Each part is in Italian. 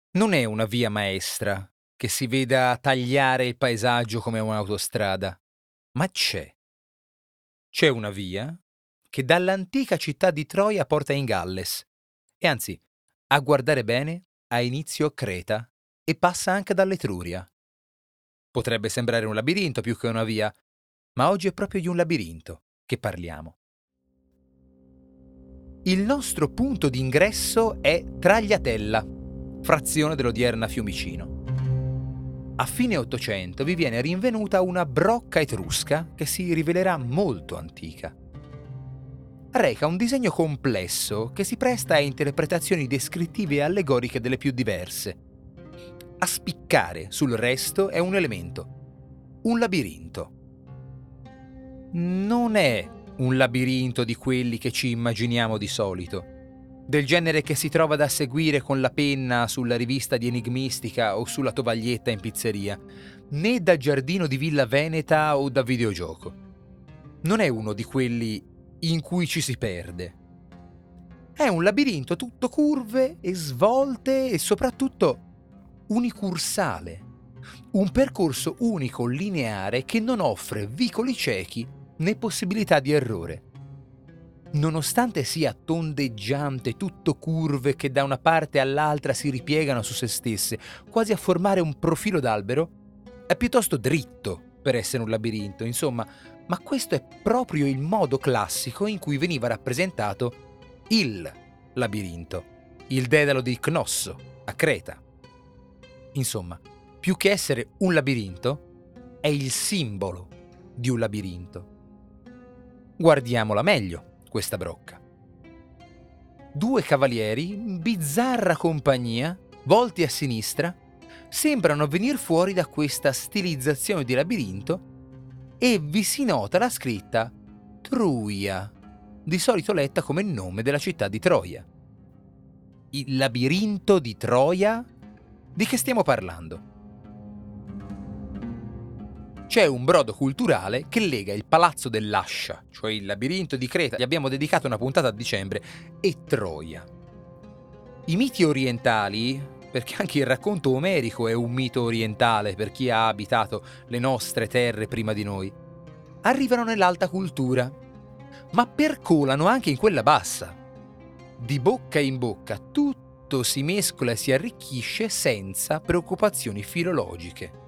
Non è una via maestra che si veda tagliare il paesaggio come un'autostrada, ma c'è una via che dall'antica città di Troia porta in Galles e anzi, a guardare bene, ha inizio a Creta e passa anche dall'Etruria. Potrebbe sembrare un labirinto più che una via, ma oggi è proprio di un labirinto che parliamo. Il nostro punto d'ingresso è Tragliatella, frazione dell'odierna Fiumicino. A fine Ottocento vi viene rinvenuta una brocca etrusca che si rivelerà molto antica. Reca un disegno complesso che si presta a interpretazioni descrittive e allegoriche delle più diverse. A spiccare sul resto è un elemento, un labirinto. Non è un labirinto di quelli che ci immaginiamo di solito, del genere che si trova da seguire con la penna sulla rivista di Enigmistica o sulla tovaglietta in pizzeria, né da giardino di Villa Veneta o da videogioco. Non è uno di quelli in cui ci si perde. È un labirinto tutto curve e svolte e soprattutto unicursale. Un percorso unico lineare che non offre vicoli ciechi né possibilità di errore. Nonostante sia tondeggiante, tutto curve che da una parte all'altra si ripiegano su se stesse, quasi a formare un profilo d'albero, è piuttosto dritto per essere un labirinto, insomma, ma questo è proprio il modo classico in cui veniva rappresentato il labirinto, il dedalo di Cnosso, a Creta. Insomma, più che essere un labirinto, è il simbolo di un labirinto. Guardiamola meglio, questa brocca. Due cavalieri, in bizzarra compagnia, volti a sinistra, sembrano venir fuori da questa stilizzazione di labirinto e vi si nota la scritta Truia, di solito letta come il nome della città di Troia. Il labirinto di Troia? Di che stiamo parlando? C'è un brodo culturale che lega il Palazzo dell'Ascia, cioè il labirinto di Creta, gli abbiamo dedicato una puntata a dicembre, e Troia. I miti orientali, perché anche il racconto omerico è un mito orientale per chi ha abitato le nostre terre prima di noi, arrivano nell'alta cultura, ma percolano anche in quella bassa. Di bocca in bocca tutto si mescola e si arricchisce senza preoccupazioni filologiche.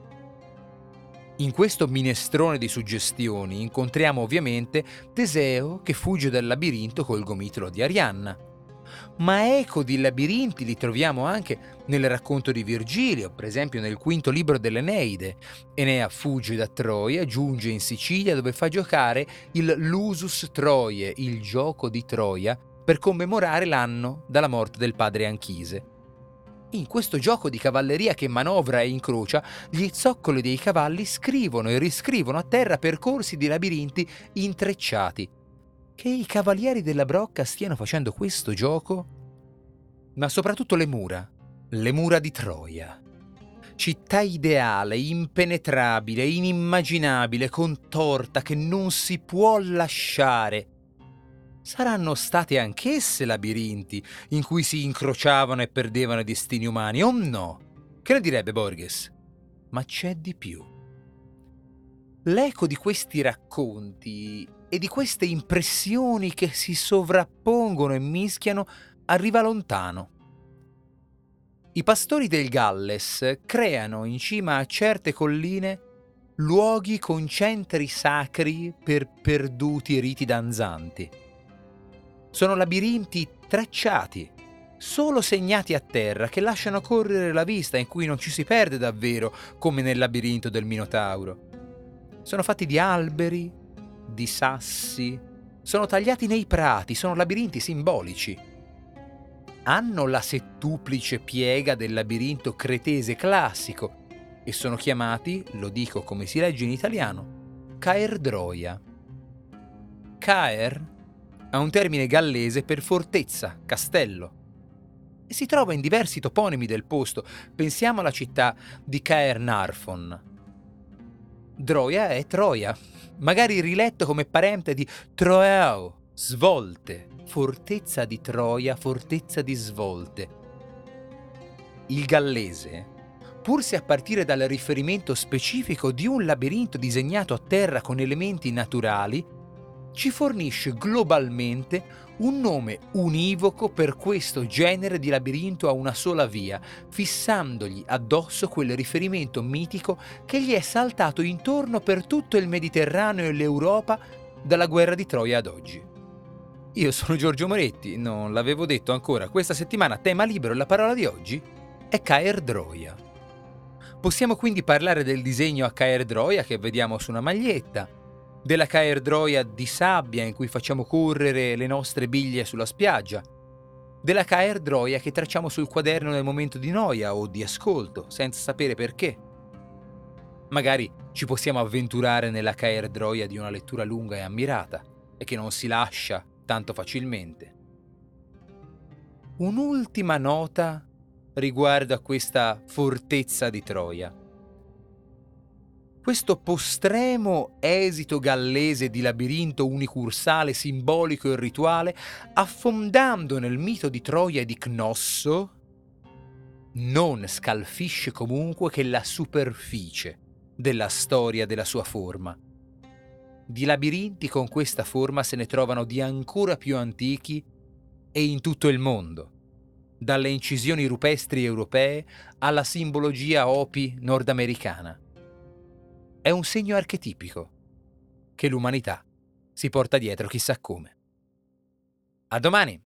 In questo minestrone di suggestioni incontriamo ovviamente Teseo che fugge dal labirinto col gomitolo di Arianna. Ma eco di labirinti li troviamo anche nel racconto di Virgilio, per esempio nel quinto libro dell'Eneide. Enea fugge da Troia, giunge in Sicilia dove fa giocare il Lusus Troie, il gioco di Troia, per commemorare l'anno dalla morte del padre Anchise. In questo gioco di cavalleria che manovra e incrocia, gli zoccoli dei cavalli scrivono e riscrivono a terra percorsi di labirinti intrecciati. Che i cavalieri della Brocca stiano facendo questo gioco? Ma soprattutto le mura di Troia. Città ideale, impenetrabile, inimmaginabile, contorta, che non si può lasciare. Saranno state anch'esse labirinti in cui si incrociavano e perdevano i destini umani, o no? Che ne direbbe Borges? Ma c'è di più. L'eco di questi racconti e di queste impressioni che si sovrappongono e mischiano arriva lontano. I pastori del Galles creano in cima a certe colline luoghi con centri sacri per perduti riti danzanti. Sono labirinti tracciati, solo segnati a terra, che lasciano correre la vista, in cui non ci si perde davvero, come nel labirinto del Minotauro. Sono fatti di alberi, di sassi, sono tagliati nei prati, sono labirinti simbolici. Hanno la settuplice piega del labirinto cretese classico e sono chiamati, lo dico come si legge in italiano, Caerdroia. Caer ha un termine gallese per fortezza, castello, e si trova in diversi toponimi del posto. Pensiamo alla città di Caernarfon. Droia è Troia, magari riletto come parente di Troeao, svolte, fortezza di Troia, fortezza di svolte. il gallese, pur se a partire dal riferimento specifico di un labirinto disegnato a terra con elementi naturali, ci fornisce globalmente un nome univoco per questo genere di labirinto a una sola via, fissandogli addosso quel riferimento mitico che gli è saltato intorno per tutto il Mediterraneo e l'Europa dalla guerra di Troia ad oggi. Io sono Giorgio Moretti, non l'avevo detto ancora, questa settimana tema libero e la parola di oggi è Caerdroia. Possiamo quindi parlare del disegno a Caerdroia che vediamo su una maglietta, della Caerdroia di sabbia in cui facciamo correre le nostre biglie sulla spiaggia, della Caerdroia che tracciamo sul quaderno nel momento di noia o di ascolto, senza sapere perché. Magari ci possiamo avventurare nella Caerdroia di una lettura lunga e ammirata e che non si lascia tanto facilmente. Un'ultima nota riguardo a questa fortezza di Troia. Questo postremo esito gallese di labirinto unicursale, simbolico e rituale, affondando nel mito di Troia e di Cnosso, non scalfisce comunque che la superficie della storia della sua forma. Di labirinti con questa forma se ne trovano di ancora più antichi e in tutto il mondo, dalle incisioni rupestri europee alla simbologia Hopi nordamericana. È un segno archetipico che l'umanità si porta dietro chissà come. A domani!